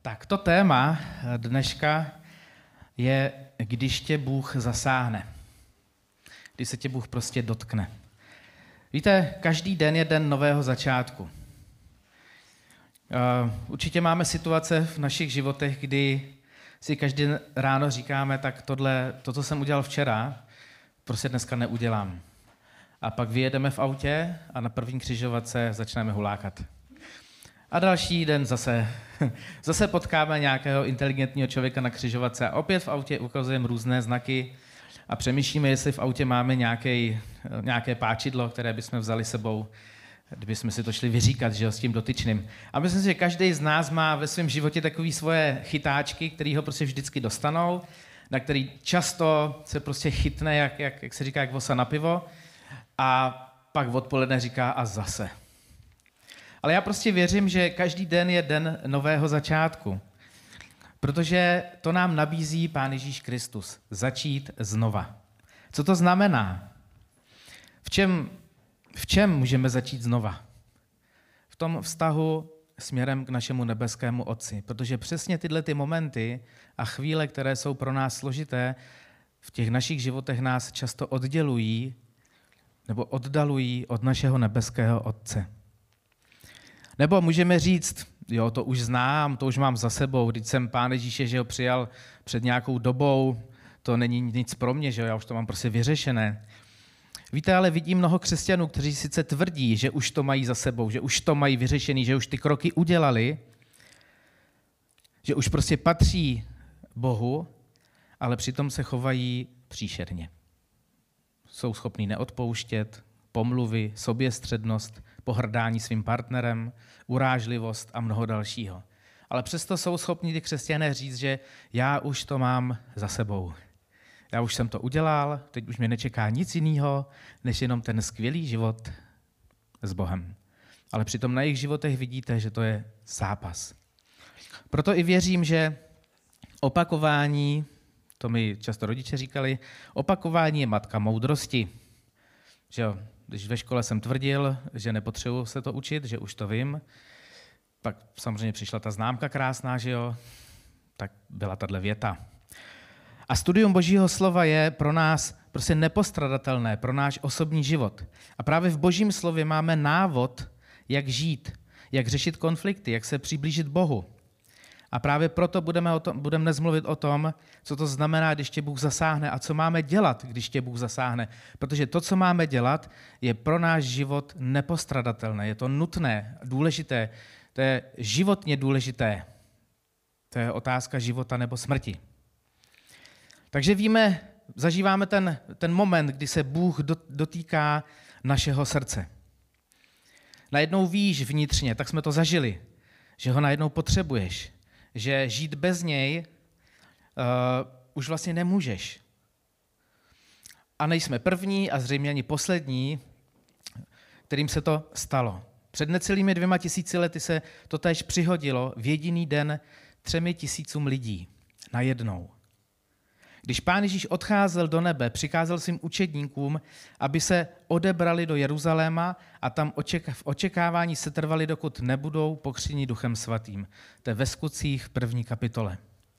Tak to téma dneška je, když tě Bůh zasáhne. Když se tě Bůh prostě dotkne. Víte, každý den je den nového začátku. Určitě máme situace v našich životech, kdy si každý ráno říkáme, tak to, co jsem udělal včera, prostě dneska neudělám. A pak vyjedeme v autě a na první křižovatce začneme hulákat. A další den zase potkáme nějakého inteligentního člověka na křižovatce a opět v autě ukazujeme různé znaky a přemýšlíme, jestli v autě máme nějaké páčidlo, které bychom vzali sebou, kdybychom si to šli vyříkat, že jo, s tím dotyčným. A myslím si, že každý z nás má ve svém životě takové svoje chytáčky, které ho prostě vždycky dostanou, na který často se prostě chytne, jak se říká, jak vosa na pivo, a pak odpoledne říká a zase. Ale já prostě věřím, že každý den je den nového začátku, protože to nám nabízí Pán Ježíš Kristus, začít znova. Co to znamená? V čem můžeme začít znova? V tom vztahu směrem k našemu nebeskému Otci, protože přesně tyhle ty momenty a chvíle, které jsou pro nás složité, v těch našich životech nás často oddělují nebo oddalují od našeho nebeského Otce. Nebo můžeme říct, jo, to už znám, to už mám za sebou, když jsem Pán Ježíše, že ho přijal před nějakou dobou, to není nic pro mě, že jo, já už to mám prostě vyřešené. Víte, ale vidím mnoho křesťanů, kteří sice tvrdí, že už to mají za sebou, že už to mají vyřešený, že už ty kroky udělali, že už prostě patří Bohu, ale přitom se chovají příšerně. Jsou schopní neodpouštět, pomluvy, soběstřednost, pohrdání svým partnerem, urážlivost a mnoho dalšího. Ale přesto jsou schopni ty křesťané říct, že já už to mám za sebou. Já už jsem to udělal, teď už mě nečeká nic jiného, než jenom ten skvělý život s Bohem. Ale přitom na jejich životech vidíte, že to je zápas. Proto i věřím, že opakování, to mi často rodiče říkali, opakování je matka moudrosti. Že jo, když ve škole jsem tvrdil, že nepotřebuji se to učit, že už to vím, pak samozřejmě přišla ta známka krásná, že jo, tak byla tahle věta. A studium Božího slova je pro nás prostě nepostradatelné, pro náš osobní život. A právě v Božím slově máme návod, jak žít, jak řešit konflikty, jak se přiblížit Bohu. A právě proto budeme dnes mluvit o tom, co to znamená, když tě Bůh zasáhne a co máme dělat, když tě Bůh zasáhne. Protože to, co máme dělat, je pro náš život nepostradatelné, je to nutné, důležité, to je životně důležité. To je otázka života nebo smrti. Takže zažíváme ten moment, kdy se Bůh dotýká našeho srdce. Najednou víš vnitřně, tak jsme to zažili, že ho najednou potřebuješ, že žít bez něj už vlastně nemůžeš. A nejsme první a zřejmě ani poslední, kterým se to stalo. Před necelými 2000 lety se to též přihodilo v jediný den 3000 lidí najednou. Když Pán Ježíš odcházel do nebe, přikázal svým učedníkům, aby se odebrali do Jeruzaléma a tam v očekávání se trvali, dokud nebudou pokřtěni Duchem Svatým. To je ve Skutcích v 1. kapitole.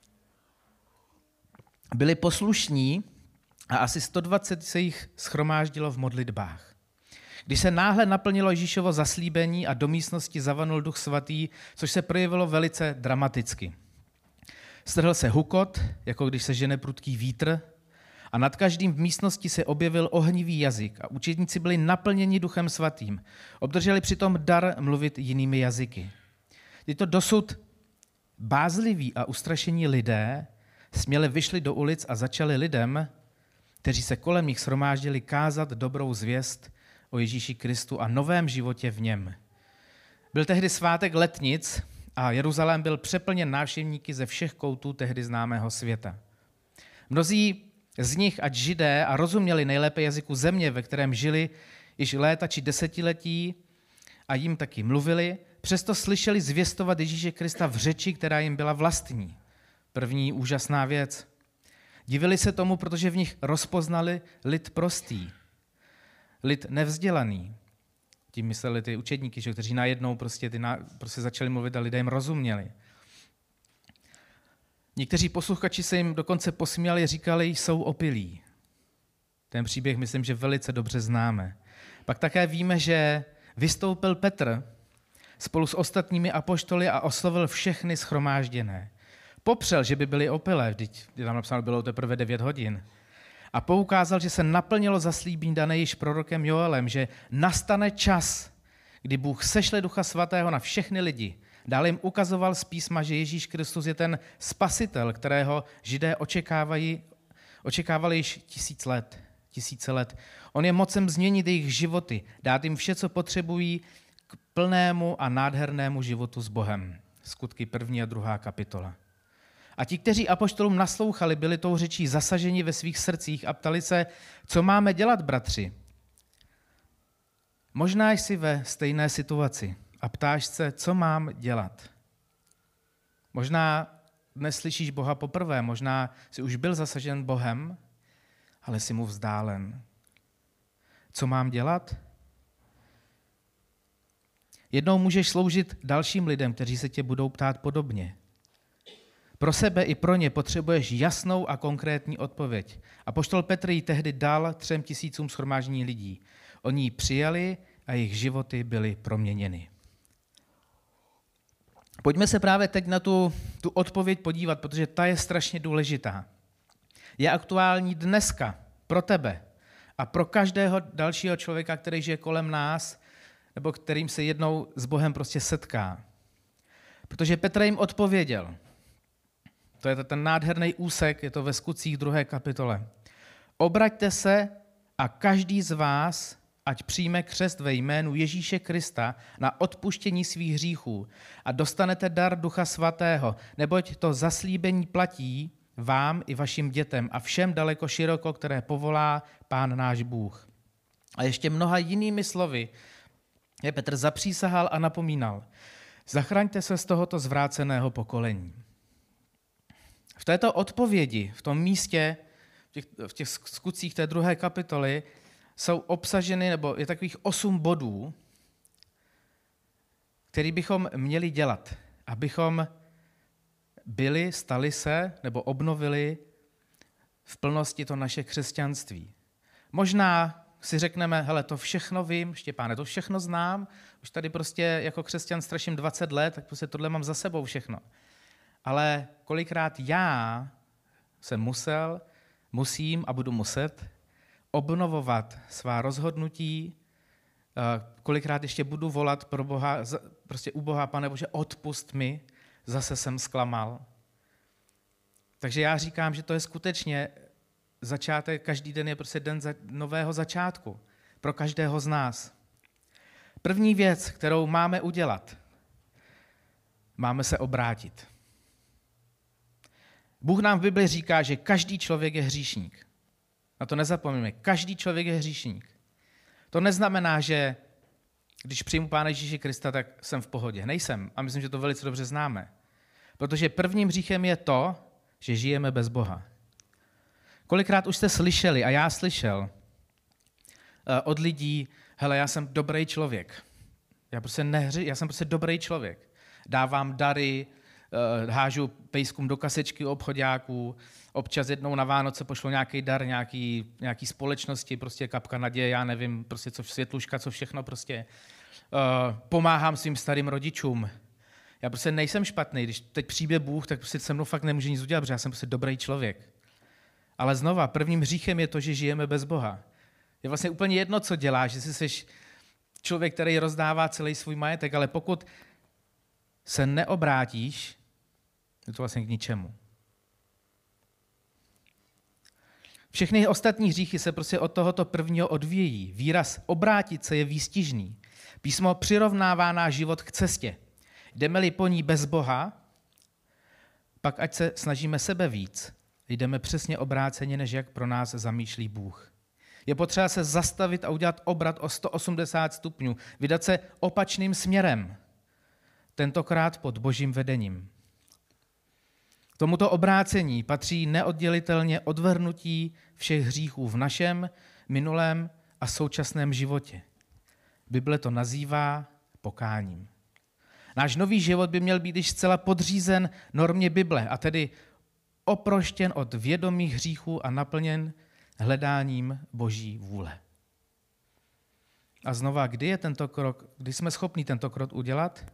Byli poslušní a asi 120 se jich shromáždilo v modlitbách. Když se náhle naplnilo Ježíšovo zaslíbení a do místnosti zavanul Duch Svatý, což se projevilo velice dramaticky. Strhl se hukot, jako když se žene prudký vítr, a nad každým v místnosti se objevil ohnivý jazyk a učedníci byli naplněni Duchem Svatým. Obdrželi přitom dar mluvit jinými jazyky. Tyto dosud bázliví a ustrašení lidé směle vyšli do ulic a začali lidem, kteří se kolem nich shromáždili, kázat dobrou zvěst o Ježíši Kristu a novém životě v něm. Byl tehdy svátek Letnic a Jeruzalém byl přeplněn návštěvníky ze všech koutů tehdy známého světa. Mnozí z nich, ať Židé, a rozuměli nejlépe jazyku země, ve kterém žili již léta či desetiletí a jim taky mluvili, přesto slyšeli zvěstovat Ježíše Krista v řeči, která jim byla vlastní. První úžasná věc. Divili se tomu, protože v nich rozpoznali lid prostý, lid nevzdělaný. Tím mysleli ty učedníky, že, kteří najednou prostě začali mluvit a lidé jim rozuměli. Někteří posluchači se jim dokonce posměli, říkali, jsou opilí. Ten příběh myslím, že velice dobře známe. Pak také víme, že vystoupil Petr spolu s ostatními apoštoly a oslovil všechny shromážděné. Popřel, že by byli opilé, vždyť tam napsáno bylo teprve 9 hodin. A poukázal, že se naplnilo zaslíbení dané již prorokem Joelem, že nastane čas, kdy Bůh sešle Ducha Svatého na všechny lidi. Dále jim ukazoval z písma, že Ježíš Kristus je ten spasitel, kterého Židé očekávali již tisíce let. On je mocen změnit jejich životy, dát jim vše, co potřebují k plnému a nádhernému životu s Bohem. Skutky 1. a 2. kapitola. A ti, kteří apoštolům naslouchali, byli tou řečí zasaženi ve svých srdcích a ptali se, co máme dělat, bratři. Možná jsi ve stejné situaci a ptáš se, co mám dělat. Možná dnes slyšíš Boha poprvé, možná jsi už byl zasažen Bohem, ale jsi mu vzdálen. Co mám dělat? Jednou můžeš sloužit dalším lidem, kteří se tě budou ptát podobně. Pro sebe i pro ně potřebuješ jasnou a konkrétní odpověď. Apoštol Petr ji tehdy dal 3 000 shromáždění lidí. Oni ji přijali a jejich životy byly proměněny. Pojďme se právě teď na tu odpověď podívat, protože ta je strašně důležitá. Je aktuální dneska pro tebe a pro každého dalšího člověka, který žije kolem nás, nebo kterým se jednou s Bohem prostě setká. Protože Petr jim odpověděl. To je ten nádherný úsek, je to ve Skutcích 2. kapitole. Obraťte se a každý z vás, ať přijme křest ve jménu Ježíše Krista na odpuštění svých hříchů a dostanete dar Ducha Svatého, neboť to zaslíbení platí vám i vašim dětem a všem daleko široko, které povolá Pán náš Bůh. A ještě mnoha jinými slovy je Petr zapřísahal a napomínal. Zachraňte se z tohoto zvráceného pokolení. V této odpovědi, v tom místě, v těch skutcích té 2. kapitoly, jsou obsaženy, nebo je takových 8 bodů, který bychom měli dělat, abychom stali se, nebo obnovili v plnosti to naše křesťanství. Možná si řekneme, hele, to všechno vím, Štěpáne, to všechno znám, už tady prostě jako křesťan straším 20 let, tak prostě tohle mám za sebou všechno. Ale kolikrát já jsem musím a budu muset obnovovat svá rozhodnutí, kolikrát ještě budu volat pro Boha, prostě u Boha, Pane Bože, odpusť mi, zase jsem zklamal. Takže já říkám, že to je skutečně začátek, každý den je prostě den nového začátku pro každého z nás. První věc, kterou máme udělat, máme se obrátit. Bůh nám v Bibli říká, že každý člověk je hříšník. Na to nezapomeňme. Každý člověk je hříšník. To neznamená, že když přijmu Pána Ježíše Krista, tak jsem v pohodě. Nejsem. A myslím, že to velice dobře známe. Protože prvním hříchem je to, že žijeme bez Boha. Kolikrát už jste slyšeli, a já slyšel od lidí, hele, já jsem dobrý člověk. Já jsem prostě dobrý člověk. Dávám dary, hážu pejskům do kasečky u obchoďáků, občas jednou na Vánoce pošlu nějaký dar, nějaký společnosti, prostě kapka naděje, já nevím, prostě co světluška, co všechno prostě. Pomáhám svým starým rodičům. Já prostě nejsem špatný, když teď přijde Bůh, tak prostě se mnou fakt nemůže nic udělat, protože já jsem prostě dobrý člověk. Ale znova, prvním hříchem je to, že žijeme bez Boha. Je vlastně úplně jedno, co děláš, že jsi člověk, který rozdává celý svůj majetek, ale pokud se neobrátíš, je to vlastně k ničemu. Všechny ostatní hříchy se prostě od tohoto prvního odvíjí. Výraz obrátit se je výstižný. Písmo přirovnává náš život k cestě. Jdeme-li po ní bez Boha, pak ať se snažíme sebe víc, jdeme přesně obráceně, než jak pro nás zamýšlí Bůh. Je potřeba se zastavit a udělat obrat o 180 stupňů, vydat se opačným směrem, tentokrát pod Božím vedením. K tomuto obrácení patří neoddělitelně odvrhnutí všech hříchů v našem, minulém a současném životě. Bible to nazývá pokáním. Náš nový život by měl být již zcela podřízen normě Bible, a tedy oproštěn od vědomých hříchů a naplněn hledáním Boží vůle. A znova, kdy jsme schopni tento krok udělat?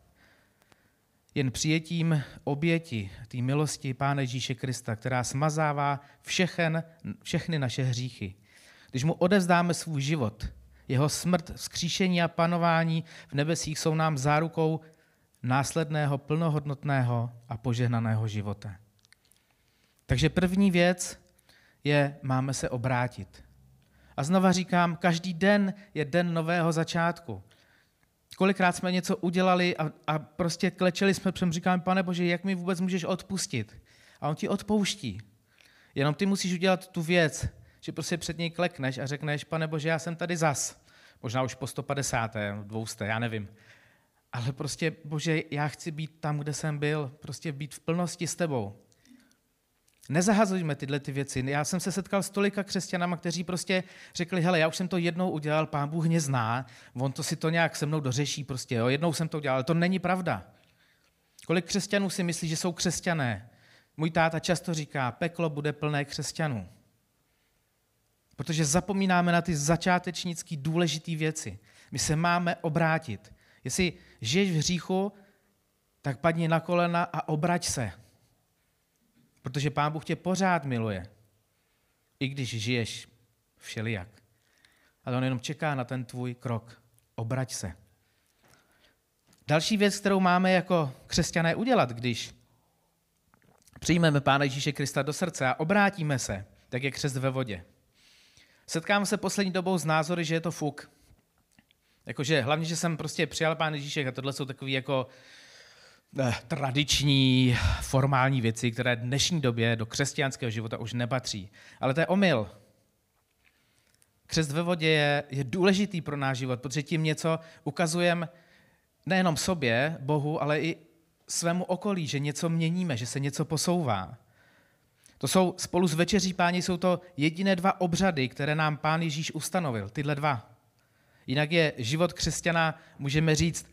Jen přijetím oběti, té milosti Pána Ježíše Krista, která smazává všechny naše hříchy. Když mu odevzdáme svůj život, jeho smrt, vzkříšení a panování v nebesích jsou nám zárukou následného, plnohodnotného a požehnaného života. Takže první věc je, máme se obrátit. A znova říkám, každý den je den nového začátku. Kolikrát jsme něco udělali a prostě klečeli jsme před, říkáme, Pane Bože, jak mi vůbec můžeš odpustit? A on ti odpouští. Jenom ty musíš udělat tu věc, že prostě před něj klekneš a řekneš, Pane Bože, já jsem tady zas. Možná už po 150., 200., já nevím. Ale prostě, Bože, já chci být tam, kde jsem byl, prostě být v plnosti s tebou. Nezahazujme tyhle ty věci. Já jsem se setkal s tolika křesťanama, kteří prostě řekli, hele, já už jsem to jednou udělal, Pán Bůh mě zná, on to si to nějak se mnou dořeší prostě, jo, jednou jsem to udělal, ale to není pravda. Kolik křesťanů si myslí, že jsou křesťané? Můj táta často říká, peklo bude plné křesťanů. Protože zapomínáme na ty začátečnické důležité věci. My se máme obrátit. Jestli žiješ v hříchu, tak padni na kolena a obrať se. Protože Pán Bůh tě pořád miluje, i když žiješ všelijak. Ale on jenom čeká na ten tvůj krok. Obrať se. Další věc, kterou máme jako křesťané udělat, když přijmeme Pána Ježíše Krista do srdce a obrátíme se, tak je křest ve vodě. Setkám se poslední dobou s názory, že je to fuk. Jakože hlavně, že jsem prostě přijal Pána Ježíše a tohle jsou takový jako tradiční, formální věci, které v dnešní době do křesťanského života už nepatří. Ale to je omyl. Křest ve vodě je důležitý pro náš život, protože tím něco ukazujeme nejenom sobě, Bohu, ale i svému okolí, že něco měníme, že se něco posouvá. To jsou spolu s večeří Páně jsou to jediné 2 obřady, které nám Pán Ježíš ustanovil. Tyhle 2. Jinak je život křesťana, můžeme říct,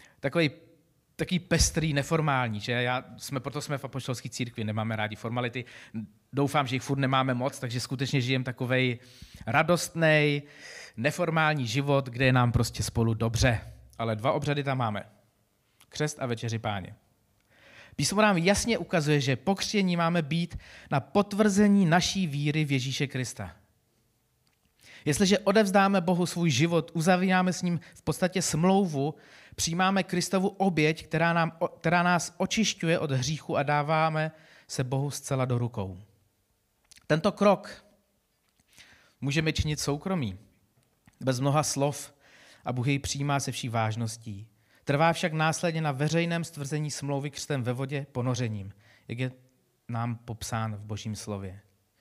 takový pestrý, neformální, že proto jsme v apoštolské církvi, nemáme rádi formality. Doufám, že jich furt nemáme moc, takže skutečně žijeme takovej radostnej, neformální život, kde je nám prostě spolu dobře. Ale 2 obřady tam máme. Křest a večeři Páně. Písmo nám jasně ukazuje, že pokřtění máme být na potvrzení naší víry v Ježíše Krista. Jestliže odevzdáme Bohu svůj život, uzavíráme s ním v podstatě smlouvu, přijímáme Kristovu oběť, která nás očišťuje od hříchu a dáváme se Bohu zcela do rukou. Tento krok můžeme činit soukromí, bez mnoha slov a Bůh jej přijímá se vší vážností. Trvá však následně na veřejném stvrzení smlouvy křtem ve vodě ponořením, jak je nám popsán v Božím slově.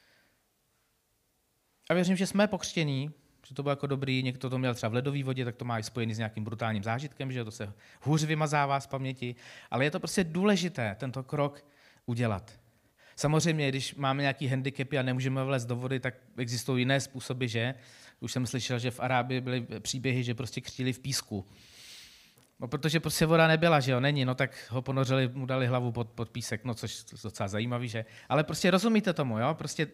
A věřím, že jsme pokřtění, že to bylo jako dobrý, někdo to měl třeba v ledové vodě, tak to má i spojený s nějakým brutálním zážitkem, že to se hůř vymazává z paměti, ale je to prostě důležité tento krok udělat. Samozřejmě, když máme nějaký handicapy a nemůžeme vlézt do vody, tak existují jiné způsoby, že? Už jsem slyšel, že v Arábii byly příběhy, že prostě křtili v písku. No, protože prostě voda nebyla, že jo, není, no tak ho ponořili, mu dali hlavu pod písek, no což je docela zajímavý, že? Ale prostě rozumíte tomu, jo, prostě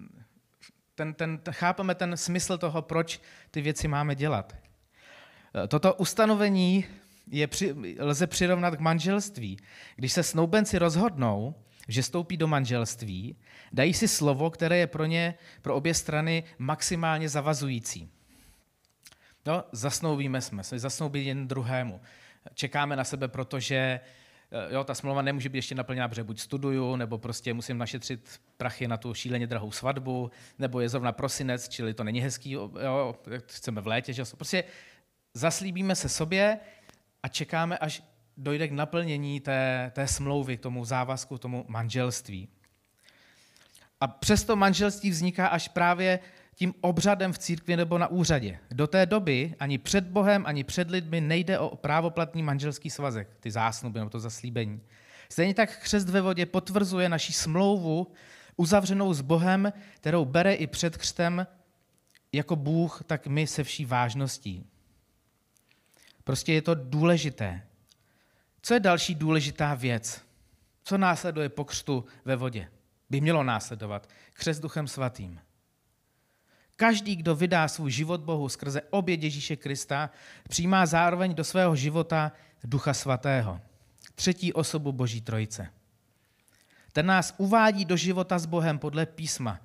chápeme ten smysl toho, proč ty věci máme dělat. Toto ustanovení lze přirovnat k manželství. Když se snoubenci rozhodnou, že stoupí do manželství, dají si slovo, které je pro obě strany maximálně zavazující. No, zasnoubíme jsme se, zasnoubit jen druhému. Čekáme na sebe, protože ta smlouva nemůže být ještě naplněná, protože buď studuju, nebo prostě musím našetřit prachy na tu šíleně drahou svatbu, nebo je zrovna prosinec, čili to není hezký, jo, chceme v létě. Že? Prostě zaslíbíme se sobě a čekáme, až dojde k naplnění té smlouvy, k tomu závazku, k tomu manželství. A přesto manželství vzniká až právě tím obřadem v církvi nebo na úřadě. Do té doby ani před Bohem, ani před lidmi nejde o právoplatný manželský svazek, ty zásnuby nebo to zaslíbení. Stejně tak křest ve vodě potvrzuje naši smlouvu uzavřenou s Bohem, kterou bere i před křtem jako Bůh, tak my se vší vážností. Prostě je to důležité. Co je další důležitá věc? Co následuje po křtu ve vodě? by mělo následovat. Křest Duchem Svatým. Každý, kdo vydá svůj život Bohu skrze oběť Ježíše Krista, přijímá zároveň do svého života Ducha Svatého. Třetí osobu Boží Trojice. Ten nás uvádí do života s Bohem podle písma.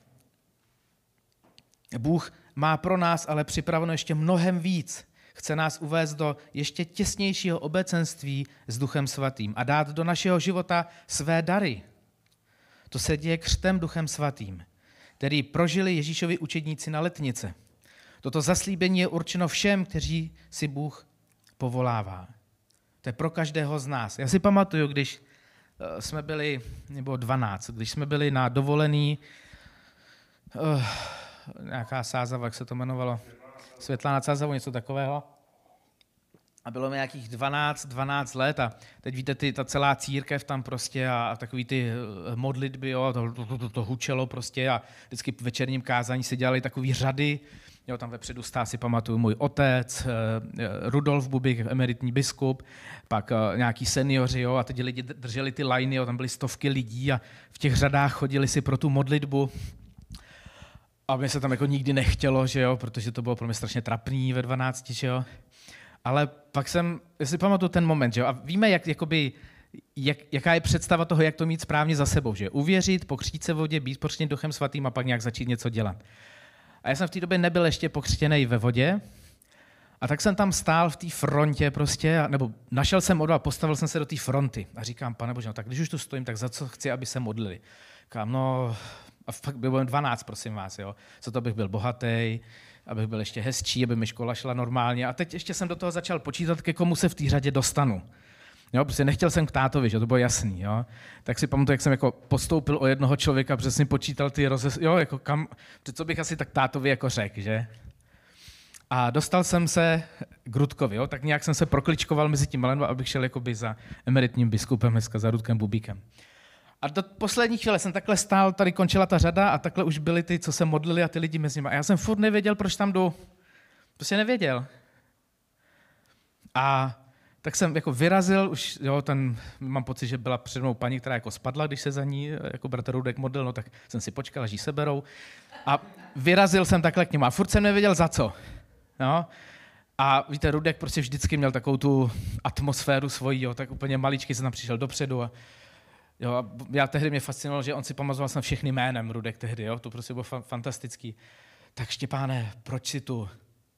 Bůh má pro nás ale připraveno ještě mnohem víc. Chce nás uvést do ještě těsnějšího obecenství s Duchem Svatým a dát do našeho života své dary. To se děje křtem Duchem Svatým, který prožili Ježíšovi učedníci na Letnice. Toto zaslíbení je určeno všem, kteří si Bůh povolává. To je pro každého z nás. Já si pamatuju, když jsme byli, nebo 12, když jsme byli na dovolený, nějaká Sázava, jak se to jmenovalo, Světlana Sázava, něco takového. A bylo mi nějakých 12 let a teď víte, ta celá církev tam prostě a takový ty modlitby, jo, to hučelo prostě a vždycky v večerním kázání se dělali takový řady. Jo, tam vepředu stál, si pamatuju, můj otec, Rudolf Bubik, emeritní biskup, pak nějaký seniori, jo, a teď lidi drželi ty lajny, jo, tam byly stovky lidí a v těch řadách chodili si pro tu modlitbu. A mě se tam jako nikdy nechtělo, že jo, protože to bylo pro mě strašně trapný ve 12, že jo. Ale pak já si pamatuju ten moment, že jo, a víme, jaká je představa toho, jak to mít správně za sebou, že uvěřit, pokřtít se v vodě, být pokřtěn Duchem Svatým a pak nějak začít něco dělat. A já jsem v té době nebyl ještě pokřtěnej ve vodě, a tak jsem tam stál v té frontě prostě, nebo našel jsem odvahu, postavil jsem se do té fronty a říkám, Pane Bože, no tak když už tu stojím, tak za co chci, aby se modlili? Říkám, no, a fakt bylo 12, prosím vás, jo, za to, abych byl bohatý, abych byl ještě hezčí, aby mi škola šla normálně. A teď ještě jsem do toho začal počítat, ke komu se v té řadě dostanu. Jo, prostě nechtěl jsem k tátovi, že to bylo jasný. Jo. Tak si pamatuju, jak jsem jako postoupil o jednoho člověka, protože jsem počítal ty jako kam, co bych asi tak tátovi jako řekl, že? A dostal jsem se k Rudkovi, jo, tak nějak jsem se prokličkoval mezi tím malem, abych šel jakoby za emeritním biskupem, dneska za Rudkem Bubíkem. A do poslední chvíle jsem takhle stál, tady končila ta řada a takhle už byli ty, co se modlili a ty lidi mezi nimi. A já jsem furt nevěděl, proč tam jdu. Prostě nevěděl. A tak jsem jako vyrazil, už, jo, mám pocit, že byla před mnou paní, která jako spadla, když se za ní jako bratr Rudek modlil, no tak jsem si počkal, až jí seberou. A vyrazil jsem takhle k němu a furt jsem nevěděl za co. No. A víte, Rudek prostě vždycky měl takovou tu atmosféru svojí, jo, tak úplně maličký jsem tam přišel dopředu a jo, a já tehdy mě fascinovalo, že on si pamatoval jsem všechny jménem, Rudek tehdy, jo, to prostě bylo fantastický. Tak Štěpáne, proč si tu?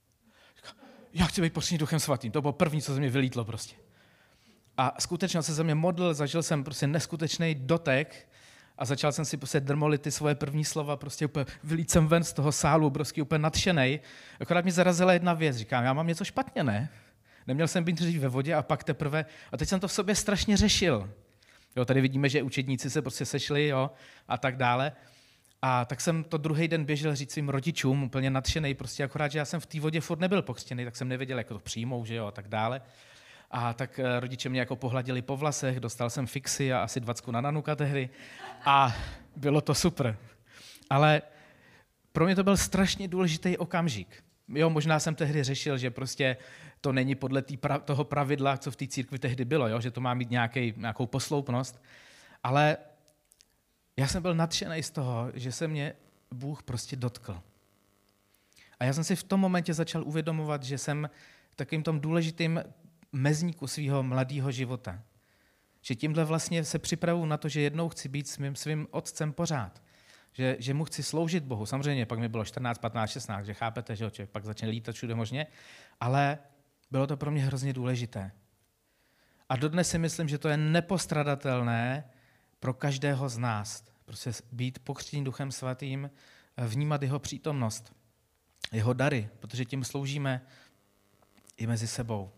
Já chci být pokřtěný Duchem Svatým, to bylo první, co ze mě vylítlo prostě. A skutečně se ze mě modlil, zažil jsem prostě neskutečný dotek a začal jsem si prostě drmolit ty svoje první slova, prostě úplně vylít jsem ven z toho sálu, prostě úplně nadšenej. Akorát mě zarazila jedna věc, říkám, já mám něco špatně, ne? Neměl jsem být dřív ve vodě a pak teprve, a teď jsem to v sobě strašně řešil. Jo, tady vidíme, že učedníci se prostě sešli, jo, a tak dále. A tak jsem to druhý den běžel říct svým rodičům, úplně nadšenej, prostě akorát, že já jsem v té vodě furt nebyl pokřtěný, tak jsem nevěděl, jak to přijmou, že jo, a tak dále. A tak rodiče mě jako pohladili po vlasech, dostal jsem fixy a asi 20 na nanuka tehdy a bylo to super. Ale pro mě to byl strašně důležitý okamžik. Jo, možná jsem tehdy řešil, že prostě to není podle toho pravidla, co v té církvi tehdy bylo, jo, že to má mít nějakou posloupnost, ale já jsem byl nadšený z toho, že se mě Bůh prostě dotkl. A já jsem si v tom momentě začal uvědomovat, že jsem v takovým tom důležitým mezníku svého mladého života. Že tímhle vlastně se připravuju na to, že jednou chci být svým otcem pořád. Že mu chci sloužit Bohu. Samozřejmě pak mi bylo 14, 15, 16, že chápete, že člověk pak začne lítat všude možně, ale bylo to pro mě hrozně důležité. A dodnes si myslím, že to je nepostradatelné pro každého z nás. Prostě být pokřtěný Duchem Svatým, vnímat jeho přítomnost, jeho dary, protože tím sloužíme i mezi sebou.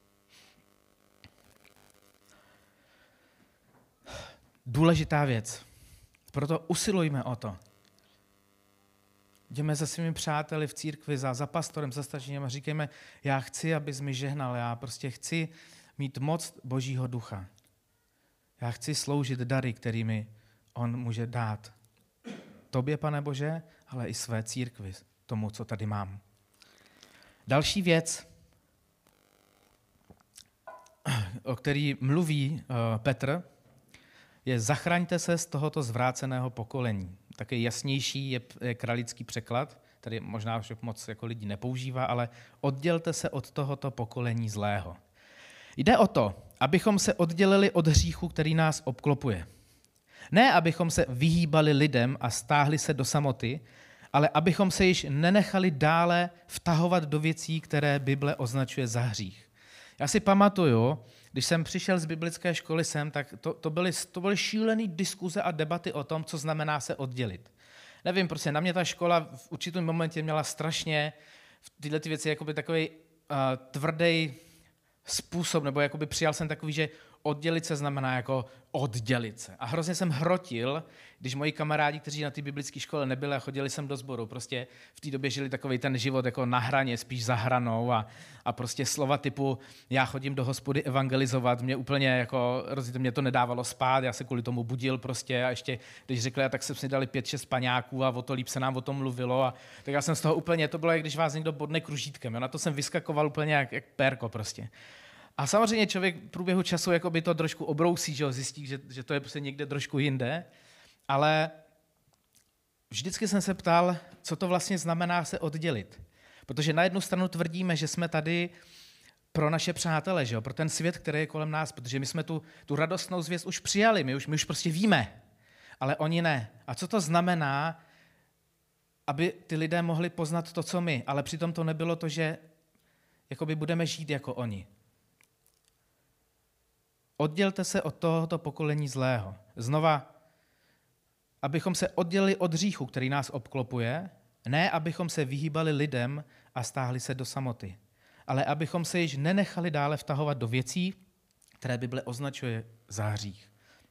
Důležitá věc. Proto usilujme o to. Jdeme se svými přáteli v církvi za pastorem, za staršími a říkejme, já chci, abys mi žehnal, já prostě chci mít moc Božího ducha. Já chci sloužit dary, kterými on může dát. Tobě, Pane Bože, ale i své církvi, tomu, co tady mám. Další věc, o který mluví Petr, je zachraňte se z tohoto zvráceného pokolení. Taky jasnější je kralický překlad, tady možná už moc jako lidí nepoužívá, ale oddělte se od tohoto pokolení zlého. Jde o to, abychom se oddělili od hříchu, který nás obklopuje. Ne, abychom se vyhýbali lidem a stáhli se do samoty, ale abychom se již nenechali dále vtahovat do věcí, které Bible označuje za hřích. Já si pamatuju, když jsem přišel z biblické školy sem, tak to byly šílené diskuze a debaty o tom, co znamená se oddělit. Nevím, prostě na mě ta škola v určitém momentě měla strašně tyhle ty věci jakoby takový tvrdý způsob, nebo jakoby přijal jsem takový, že oddělit se znamená jako oddělit se. A hrozně jsem hrotil, když moji kamarádi, kteří na té biblické škole nebyli a chodili jsem do sboru, prostě v té době žili takový ten život jako na hraně, spíš za hranou a prostě slova typu já chodím do hospody evangelizovat, mě úplně jako, mě to nedávalo spát, já se kvůli tomu budil prostě a ještě, když řekli, tak jsme si dali 5-6 paňáků a o to líp se nám o tom mluvilo a tak já jsem z toho úplně, to bylo, jak když vás někdo bodne kružítkem, na to jsem vyskakoval úplně jak pérko prostě. A samozřejmě člověk v průběhu času jakoby to trošku obrousí, že ho zjistí, že to je prostě někde trošku jinde, ale vždycky jsem se ptal, co to vlastně znamená se oddělit. Protože na jednu stranu tvrdíme, že jsme tady pro naše přátele, že jo? Pro ten svět, který je kolem nás, protože my jsme tu radostnou zvěst už přijali, my už prostě víme, ale oni ne. A co to znamená, aby ty lidé mohli poznat to, co my, ale přitom to nebylo to, že jakoby budeme žít jako oni. Oddělte se od tohoto pokolení zlého. Znova, abychom se oddělili od hříchu, který nás obklopuje, ne abychom se vyhýbali lidem a stáhli se do samoty, ale abychom se již nenechali dále vtahovat do věcí, které Bible označuje za hřích.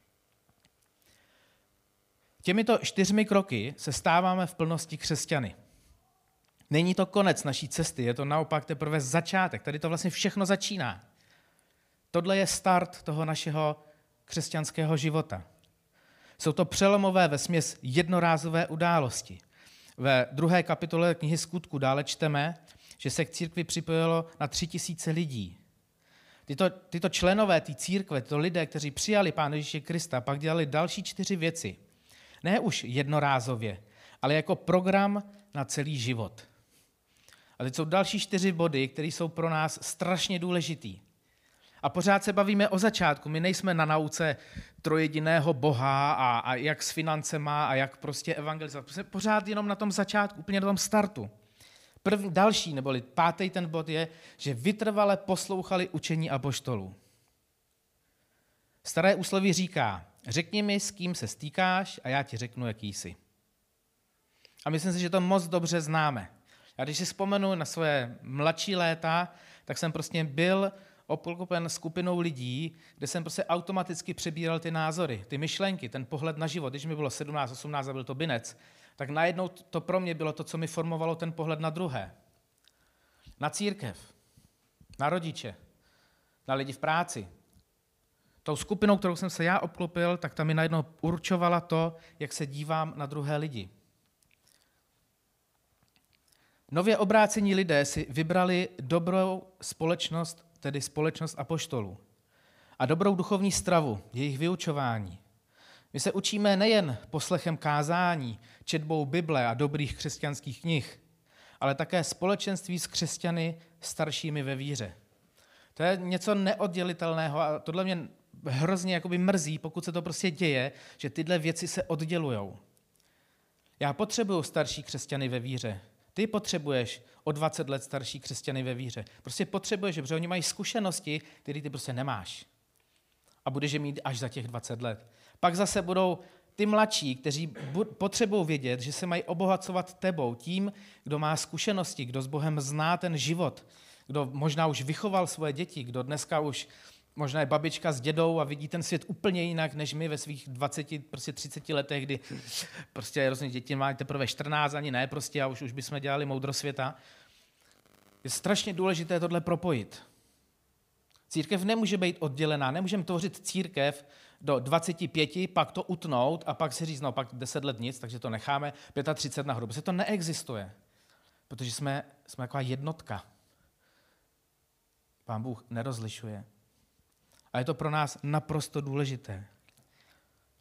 Těmito 4 kroky se stáváme v plnosti křesťany. Není to konec naší cesty, je to naopak teprve začátek. Tady to vlastně všechno začíná. Tohle je start toho našeho křesťanského života. Jsou to přelomové vesměs jednorázové události. Ve 2. kapitole knihy Skutků dále čteme, že se k církvi připojilo na 3000 lidí. Tyto členové té církve, tyto lidé, kteří přijali Pána Ježíše Krista, pak dělali další 4 věci. Ne už jednorázově, ale jako program na celý život. A teď jsou další 4 body, které jsou pro nás strašně důležitý. A pořád se bavíme o začátku. My nejsme na nauce trojjediného Boha a jak s financema a jak prostě evangelizovat. Prostě pořád jenom na tom začátku, úplně na tom startu. Další, neboli 5. ten bod je, že vytrvale poslouchali učení apoštolů. Staré úsloví říká, řekni mi, s kým se stýkáš a já ti řeknu, jaký jsi. A myslím si, že to moc dobře známe. Já když si vzpomenu na svoje mladší léta, tak jsem prostě byl obklopen skupinou lidí, kde jsem prostě automaticky přebíral ty názory, ty myšlenky, ten pohled na život. Když mi bylo 17, 18 a byl to binec, tak najednou to pro mě bylo to, co mi formovalo ten pohled na druhé. Na církev, na rodiče, na lidi v práci. Tou skupinou, kterou jsem se já obklopil, tak ta mi najednou určovala to, jak se dívám na druhé lidi. Nově obrácení lidé si vybrali dobrou společnost, tedy společnost apoštolů. A dobrou duchovní stravu, jejich vyučování. My se učíme nejen poslechem kázání, četbou Bible a dobrých křesťanských knih, ale také společenství s křesťany staršími ve víře. To je něco neoddělitelného a tohle mě hrozně jakoby mrzí, pokud se to prostě děje, že tyhle věci se oddělujou. Já potřebuju starší křesťany ve víře. Ty potřebuješ o 20 let starší křesťany ve víře. Prostě potřebuješ, protože oni mají zkušenosti, které ty prostě nemáš. A budeš je mít až za těch 20 let. Pak zase budou ty mladší, kteří potřebují vědět, že se mají obohacovat tebou, tím, kdo má zkušenosti, kdo s Bohem zná ten život, kdo možná už vychoval svoje děti, kdo dneska už možná je babička s dědou a vidí ten svět úplně jinak, než my ve svých 20, prostě 30 letech, kdy prostě rozhodně děti mají teprve 14, ani ne prostě a už bychom dělali moudro světa. Je strašně důležité tohle propojit. Církev nemůže být oddělená, nemůžeme tvořit církev do 25, pak to utnout a pak si říct, no pak 10 let nic, takže to necháme, 35 nahoru. Protože to neexistuje, protože jsme taková jednotka. Pán Bůh nerozlišuje. A je to pro nás naprosto důležité.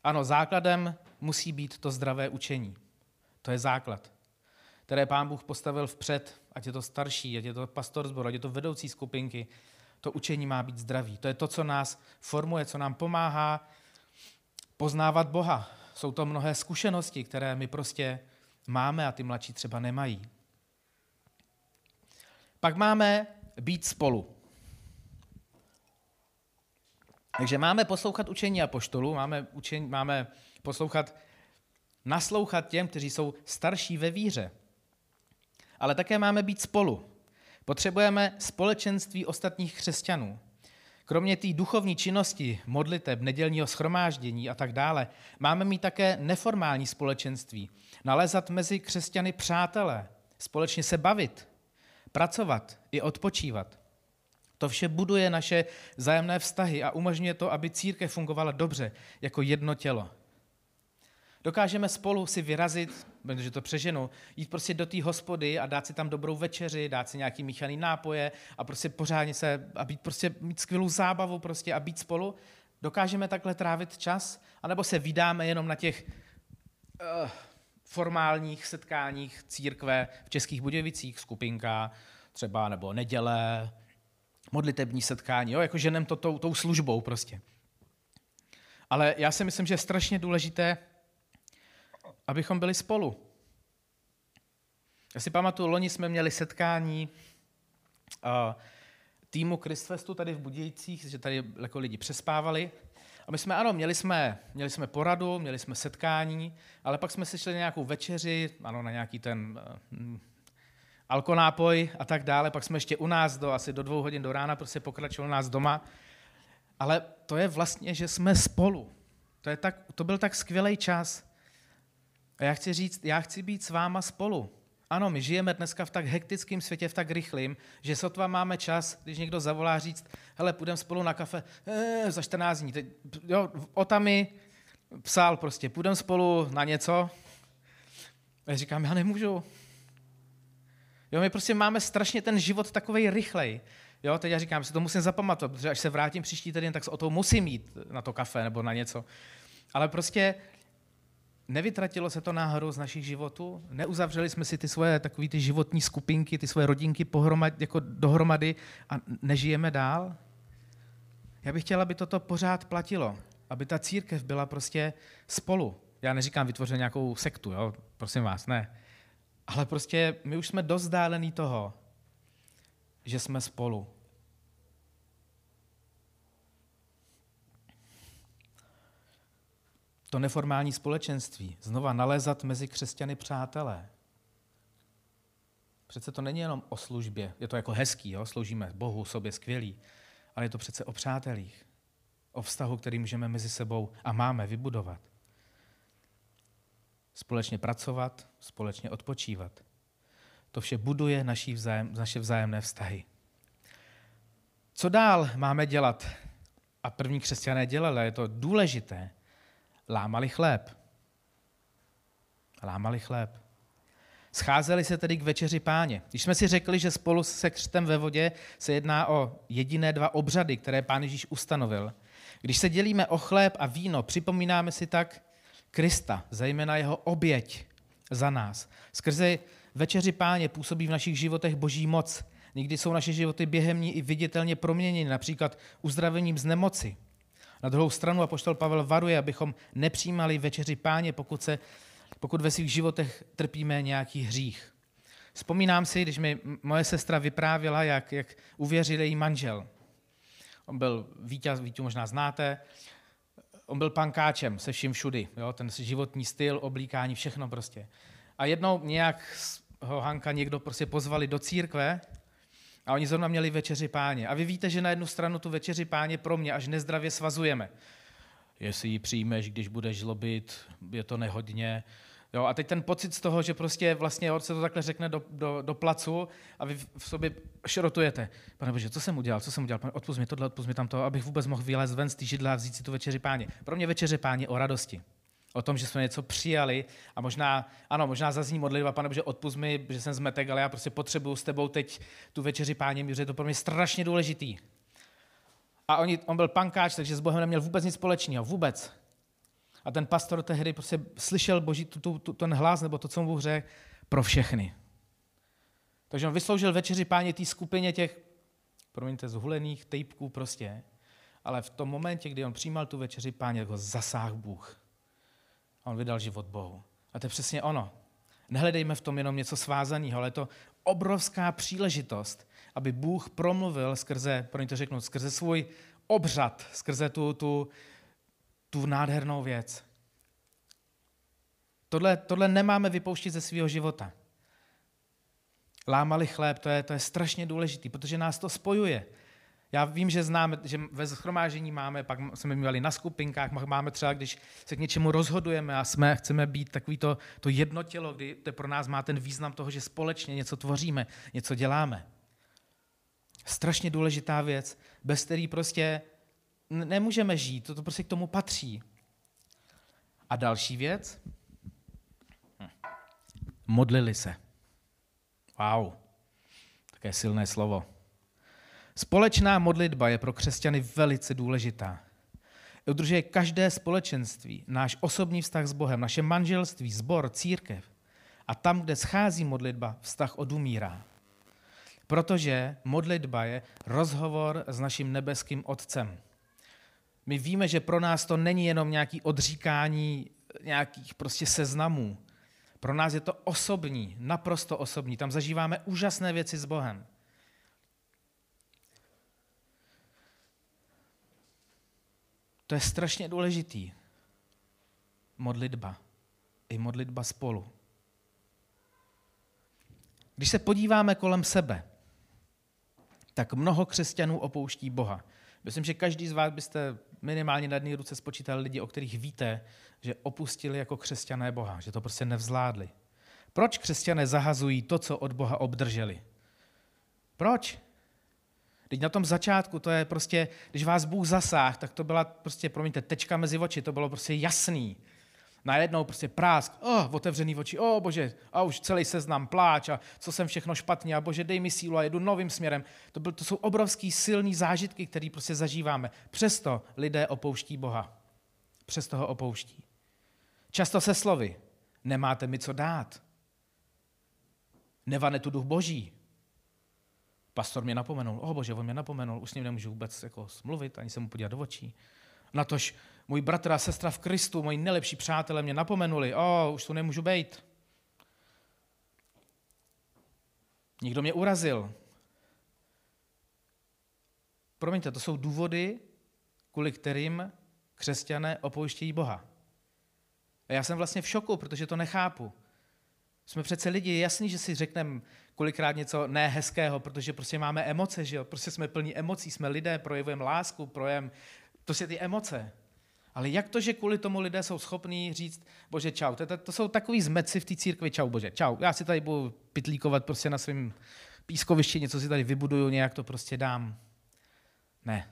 Ano, základem musí být to zdravé učení. To je základ, které Pán Bůh postavil vpřed, ať je to starší, ať je to pastor sboru, ať je to vedoucí skupinky. To učení má být zdravý. To je to, co nás formuje, co nám pomáhá poznávat Boha. Jsou to mnohé zkušenosti, které my prostě máme a ty mladší třeba nemají. Pak máme být spolu. Takže máme poslouchat učení apoštolů, máme naslouchat těm, kteří jsou starší ve víře. Ale také máme být spolu. Potřebujeme společenství ostatních křesťanů. Kromě té duchovní činnosti, modliteb, nedělního shromáždění a tak dále, máme mít také neformální společenství. Nalézat mezi křesťany přátelé, společně se bavit, pracovat i odpočívat. To vše buduje naše vzájemné vztahy a umožňuje to, aby církev fungovala dobře, jako jedno tělo. Dokážeme spolu si vyrazit, protože to přeženu, jít prostě do té hospody a dát si tam dobrou večeři, dát si nějaký míchaný nápoje a prostě pořádně mít skvělou zábavu prostě a být spolu. Dokážeme takhle trávit čas, anebo se vydáme jenom na těch formálních setkáních církve v Českých Budějovicích, skupinka třeba, nebo neděle, modlitební setkání, jako ženem to tou službou prostě. Ale já si myslím, že je strašně důležité, abychom byli spolu. Já si pamatuju, loni jsme měli setkání týmu Christfestu tady v Budějcích, že tady jako lidi přespávali. A my jsme, měli jsme poradu, měli jsme setkání, ale pak jsme si šli na nějakou večeři, na nějaký ten alkonápoj a tak dále. Pak jsme ještě u nás asi do 2 hodin do rána prostě pokračovali nás doma. Ale to je vlastně, že jsme spolu. To byl tak skvělý čas. A já chci říct, já chci být s váma spolu. Ano, my žijeme dneska v tak hektickém světě, v tak rychlým, že sotva máme čas, když někdo zavolá říct, hele, půjdeme spolu na kafe, za 14 dní. Teď, Ota mi psal prostě, půjdeme spolu na něco. A já říkám, já nemůžu. My prostě máme strašně ten život takovej rychlej. Teď já říkám, si to musím zapamatovat, protože až se vrátím příští týden, tak se o to musím jít na to kafe nebo na něco. Ale prostě nevytratilo se to náhodou z našich životů? Neuzavřeli jsme si ty svoje takový ty životní skupinky, ty svoje rodinky dohromady a nežijeme dál? Já bych chtěla, aby toto pořád platilo, aby ta církev byla prostě spolu. Já neříkám vytvořit nějakou sektu, prosím vás, ne. Ale prostě my už jsme dost vzdálení toho, že jsme spolu. To neformální společenství, znova nalézat mezi křesťany přátelé. Přece to není jenom o službě, je to jako hezký, sloužíme Bohu, sobě skvělý, ale je to přece o přátelích, o vztahu, který můžeme mezi sebou a máme vybudovat. Společně pracovat, společně odpočívat. To vše buduje naše vzájemné vztahy. Co dál máme dělat? A první křesťané dělali, je to důležité. Lámali chléb. Scházeli se tedy k večeři Páně. Když jsme si řekli, že spolu se křtem ve vodě se jedná o jediné 2 obřady, které Pán Ježíš ustanovil. Když se dělíme o chléb a víno, připomínáme si tak Krista, zejména jeho oběť za nás. Skrze večeři Páně působí v našich životech Boží moc. Někdy jsou naše životy během ní i viditelně proměněny, například uzdravením z nemoci. Na druhou stranu apoštol Pavel varuje, abychom nepřijímali večeři Páně, pokud ve svých životech trpíme nějaký hřích. Vzpomínám si, když mi moje sestra vyprávěla, jak uvěřil její manžel. On byl Víťu možná znáte, on byl pankáčem se vším všudy, ten životní styl, oblíkání, všechno prostě. A jednou nějak ho Hanka někdo prostě pozvali do církve a oni zrovna měli večeři Páně. A vy víte, že na jednu stranu tu večeři Páně pro mě až nezdravě svazujeme. Jestli ji přijmeš, když budeš zlobit, je to nehodně. A teď ten pocit z toho, že prostě vlastně se to takhle řekne do placu a vy v sobě šrotujete. Pane Bože, co jsem udělal? Pane, odpusť mi tohle, odpusť mi tamto, abych vůbec mohl vylézt ven z té židle a vzít si tu večeři Páně. Pro mě večeře Páně o radosti. O tom, že jsme něco přijali a možná zazní modlitba, Pane Bože, odpusť mi, že jsem zmetek, ale já prostě potřebuju s tebou teď tu večeři Páně, protože je to pro mě strašně důležitý. A on byl pankáč, takže s Bohem neměl vůbec nic společného, vůbec. A ten pastor tehdy prostě slyšel Boží ten hlas, nebo to, co mu Bůh řekl, pro všechny. Takže on vysloužil večeři Páně té skupině těch, promiňte, zhulených tejpků prostě, ale v tom momentě, kdy on přijímal tu večeři Páně, tak ho zasáhl Bůh. A on vydal život Bohu. A to je přesně ono. Nehledejme v tom jenom něco svázaného, ale je to obrovská příležitost, aby Bůh promluvil skrze, promiňte řeknu, skrze svůj obřad, skrze tu nádhernou věc. Tohle nemáme vypouštět ze svého života. Lámali chléb, to je strašně důležitý, protože nás to spojuje. Já vím, že známe, že ve shromáždění máme, pak jsme měli na skupinkách, máme třeba, když se k něčemu rozhodujeme a chceme být takový to jedno tělo, kdy to pro nás má ten význam toho, že společně něco tvoříme, něco děláme. Strašně důležitá věc, bez který prostě nemůžeme žít, to prostě k tomu patří. A další věc, modlili se. Wow, také silné slovo. Společná modlitba je pro křesťany velice důležitá. Udržuje každé společenství, náš osobní vztah s Bohem, naše manželství, sbor, církev. A tam, kde schází modlitba, vztah odumírá. Protože modlitba je rozhovor s naším nebeským Otcem. My víme, že pro nás to není jenom nějaké odříkání nějakých prostě seznamů. Pro nás je to osobní, naprosto osobní. Tam zažíváme úžasné věci s Bohem. To je strašně důležitý. Modlitba. I modlitba spolu. Když se podíváme kolem sebe, tak mnoho křesťanů opouští Boha. Myslím, že každý z vás byste minimálně na jedné ruce spočítali lidi, o kterých víte, že opustili jako křesťané Boha, že to prostě nevzládli. Proč křesťané zahazují to, co od Boha obdrželi? Proč? Teď na tom začátku to je prostě, když vás Bůh zasáhl, tak to byla prostě, promiňte, tečka mezi oči, to bylo prostě jasný. Najednou prostě prásk, otevřený oči, Bože, a už celý seznam, pláč a co jsem všechno špatně a Bože, dej mi sílu a jedu novým směrem. To jsou obrovský silný zážitky, které prostě zažíváme. Přesto lidé opouští Boha. Přesto ho opouští. Často se slovy, nemáte mi co dát. Nevane tu duch Boží. Pastor mě napomenul, Bože, on mě napomenul, už s ním nemůžu vůbec jako mluvit, ani se mu podívat do očí. Natož můj bratr a sestra v Kristu, moji nejlepší přátelé mě napomenuli, už tu nemůžu bejt. Někdo mě urazil. Promiňte, to jsou důvody, kvůli kterým křesťané opouštějí Boha. A já jsem vlastně v šoku, protože to nechápu. Jsme přece lidi, je jasný, že si řekneme kolikrát něco nehezkého, protože prostě máme emoce, že jo? Prostě jsme plní emocí, jsme lidé, projevujeme lásku, to jsou ty emoce. Ale jak to, že kvůli tomu lidé jsou schopní říct, Bože, čau, to jsou takový zmeci v té církvi, čau, Bože, čau, já si tady budu pitlíkovat prostě na svém pískovišti, něco si tady vybuduju, nějak to prostě dám. Ne.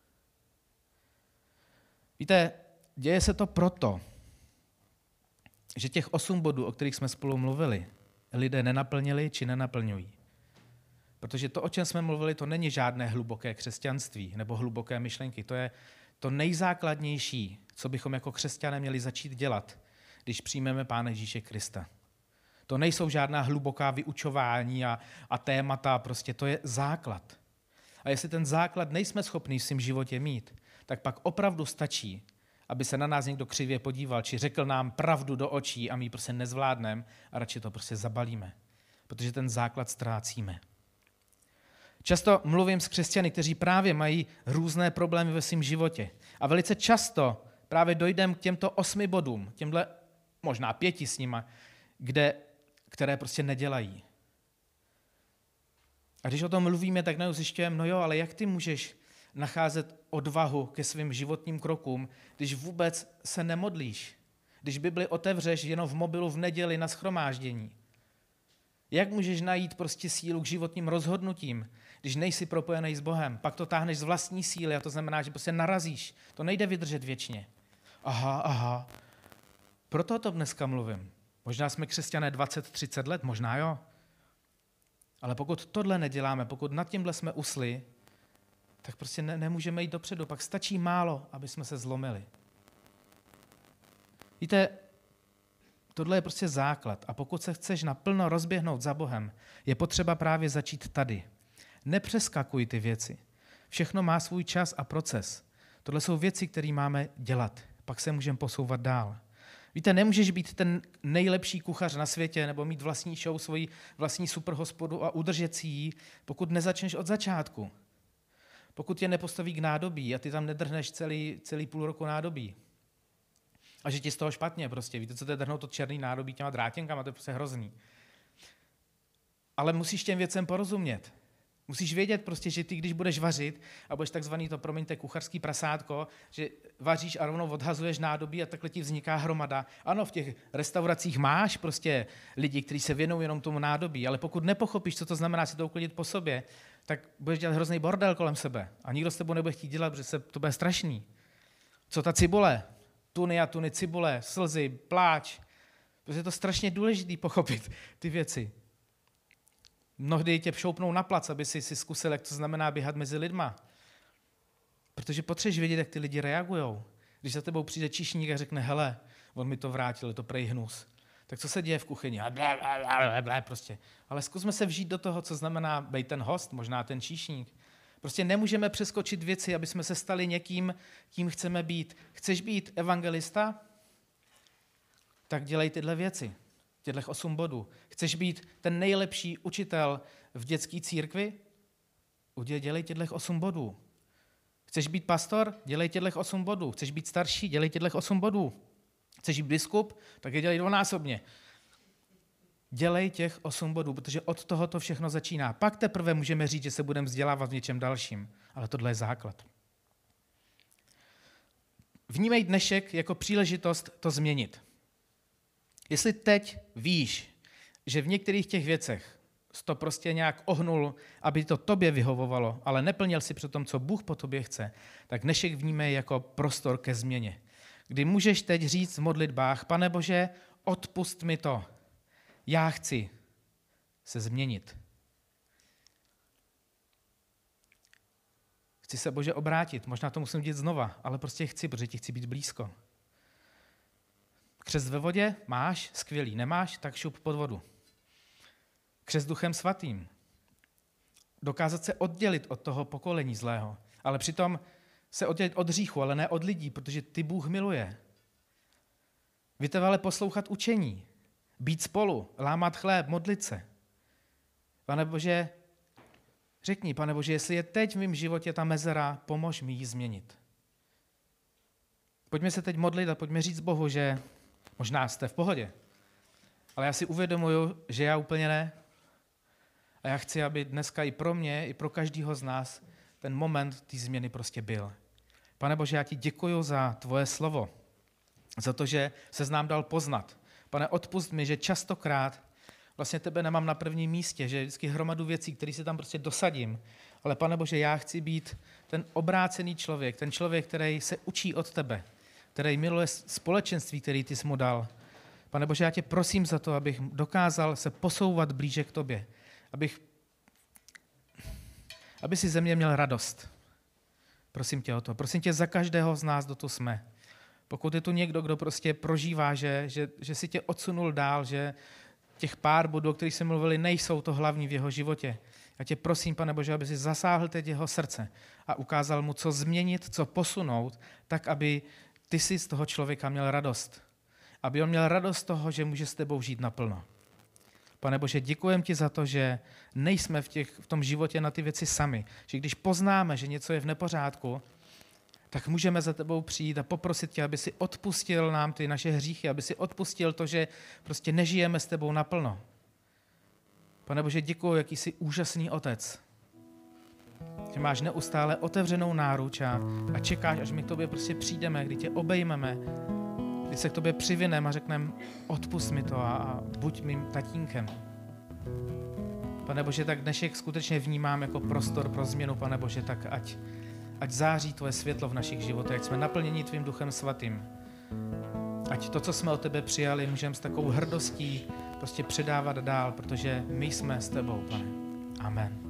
Víte, děje se to proto, že těch 8 bodů, o kterých jsme spolu mluvili, lidé nenaplnili či nenaplňují. Protože to, o čem jsme mluvili, to není žádné hluboké křesťanství nebo hluboké myšlenky. To je to nejzákladnější, co bychom jako křesťané měli začít dělat, když přijmeme Pána Ježíše Krista. To nejsou žádná hluboká vyučování a témata, prostě to je základ. A jestli ten základ nejsme schopni v svém životě mít, tak pak opravdu stačí, aby se na nás někdo křivě podíval, či řekl nám pravdu do očí a my ji prostě nezvládneme a radši to prostě zabalíme. Protože ten základ ztrácíme. Často mluvím s křesťany, kteří právě mají různé problémy ve svém životě. A velice často právě dojdeme k těmto 8 bodům, těmhle možná 5 s nima, které prostě nedělají. A když o tom mluvíme, tak zjišťujeme, ale jak ty můžeš nacházet odvahu ke svým životním krokům, když vůbec se nemodlíš, když Bibli otevřeš jenom v mobilu v neděli na shromáždění. Jak můžeš najít prostě sílu k životním rozhodnutím, když nejsi propojený s Bohem? Pak to táhneš z vlastní síly a to znamená, že prostě narazíš. To nejde vydržet věčně. Aha. Proto o tom dneska mluvím. Možná jsme křesťané 20-30 let, možná jo. Ale pokud tohle neděláme, pokud nad tímhle jsme usli, tak prostě nemůžeme jít dopředu. Pak stačí málo, aby jsme se zlomili. Víte, tohle je prostě základ a pokud se chceš naplno rozběhnout za Bohem, je potřeba právě začít tady. Nepřeskakuj ty věci. Všechno má svůj čas a proces. Tohle jsou věci, které máme dělat. Pak se můžeme posouvat dál. Víte, nemůžeš být ten nejlepší kuchař na světě nebo mít vlastní show, svoji vlastní superhospodu a udržet si ji, pokud nezačneš od začátku. Pokud tě nepostaví k nádobí a ty tam nedrhneš celý půl roku nádobí. A že ti z toho špatně prostě. Víte, co to je drhnout to černý nádobí těma drátěnkama, to je prostě hrozný. Ale musíš těm věcem porozumět. Musíš vědět prostě, že ty, když budeš vařit a budeš takzvaný, to promiňte, kuchařský prasátko, že vaříš a rovnou odhazuješ nádobí a takhle ti vzniká hromada. Ano, v těch restauracích máš prostě lidi, kteří se věnují jenom tomu nádobí, ale pokud nepochopíš, co to znamená si to uklidit po sobě, tak budeš dělat hrozný bordel kolem sebe a nikdo s tebou nebude chtít dělat, protože to bude strašný. Co ta cibule? Tuny a tuny cibule, slzy, pláč. Protože je to strašně důležité pochopit ty věci. Mnohdy tě šoupnou na plac, aby si zkusil, jak to znamená běhat mezi lidma. Protože potřebuješ vědět, jak ty lidi reagujou. Když za tebou přijde číšník a řekne, hele, on mi to vrátil, je to prej hnus. Tak co se děje v kuchyni? Prostě. Ale zkusme se vžít do toho, co znamená být ten host, možná ten číšník. Prostě nemůžeme přeskočit věci, aby jsme se stali někým, kým chceme být. Chceš být evangelista? Tak dělej tyhle věci. Těchto 8 bodů. Chceš být ten nejlepší učitel v dětské církvi? Dělej těchto 8 bodů. Chceš být pastor? Dělej těchto 8 bodů. Chceš být starší? Dělej těchto 8 bodů. Chceš být biskup? Tak je dělej 2násobně. Dělej těch 8 bodů, protože od toho to všechno začíná. Pak teprve můžeme říct, že se budeme vzdělávat v něčem dalším. Ale tohle je základ. Vnímej dnešek jako příležitost to změnit. Jestli teď víš, že v některých těch věcech jsi to prostě nějak ohnul, aby to tobě vyhovovalo, ale neplnil si při tom, co Bůh po tobě chce, tak dnešek vnímej jako prostor ke změně. Kdy můžeš teď říct v modlitbách, Pane Bože, odpusť mi to. Já chci se změnit. Chci se, Bože, obrátit. Možná to musím dělat znova, ale prostě chci, protože ti chci být blízko. Křest ve vodě máš, skvělý. Nemáš, tak šup pod vodu. Křest Duchem Svatým. Dokázat se oddělit od toho pokolení zlého, ale přitom se oddělit od hříchu, ale ne od lidí, protože ty Bůh miluje. Vytrvale poslouchat učení, být spolu, lámat chléb, modlit se. Pane Bože, řekni, Pane Bože, jestli je teď v mém životě ta mezera, pomož mi ji změnit. Pojďme se teď modlit a pojďme říct Bohu, že možná jste v pohodě, ale já si uvědomuju, že já úplně ne. A já chci, aby dneska i pro mě, i pro každého z nás ten moment té změny prostě byl. Pane Bože, já ti děkuju za tvoje slovo, za to, že ses nám dal poznat. Pane, odpusť mi, že častokrát vlastně tebe nemám na prvním místě, že vždycky hromadu věcí, které si tam prostě dosadím. Ale Pane Bože, já chci být ten obrácený člověk, ten člověk, který se učí od tebe, který miluje společenství, který ty jsi mu dal. Pane Bože, já tě prosím za to, abych dokázal se posouvat blíže k tobě, aby si ze mě měl radost. Prosím tě o to. Prosím tě za každého z nás, kdo tu jsme. Pokud je tu někdo, kdo prostě prožívá, že si tě odsunul dál, že těch pár bodů, o kterých jsme mluvili, nejsou to hlavní v jeho životě. Já tě prosím, Pane Bože, aby si zasáhl teď jeho srdce a ukázal mu, co změnit, co posunout, tak, aby ty si z toho člověka měl radost. Aby on měl radost z toho, že může s tebou žít naplno. Pane Bože, děkujem ti za to, že nejsme v tom životě na ty věci sami. Že když poznáme, že něco je v nepořádku, tak můžeme za tebou přijít a poprosit tě, aby si odpustil nám ty naše hříchy, aby si odpustil to, že prostě nežijeme s tebou naplno. Pane Bože, děkuji, jaký jsi úžasný otec. Že máš neustále otevřenou náruč a čekáš, až my k tobě prostě přijdeme, kdy tě obejmeme, kdy se k tobě přivineme a řekneme, odpusť mi to a buď mým tatínkem. Pane Bože, tak dnešek skutečně vnímám jako prostor pro změnu, Pane Bože, tak ať září tvoje světlo v našich životech, ať jsme naplněni tvým Duchem Svatým. Ať to, co jsme od tebe přijali, můžeme s takovou hrdostí prostě předávat dál, protože my jsme s tebou, Pane. Amen.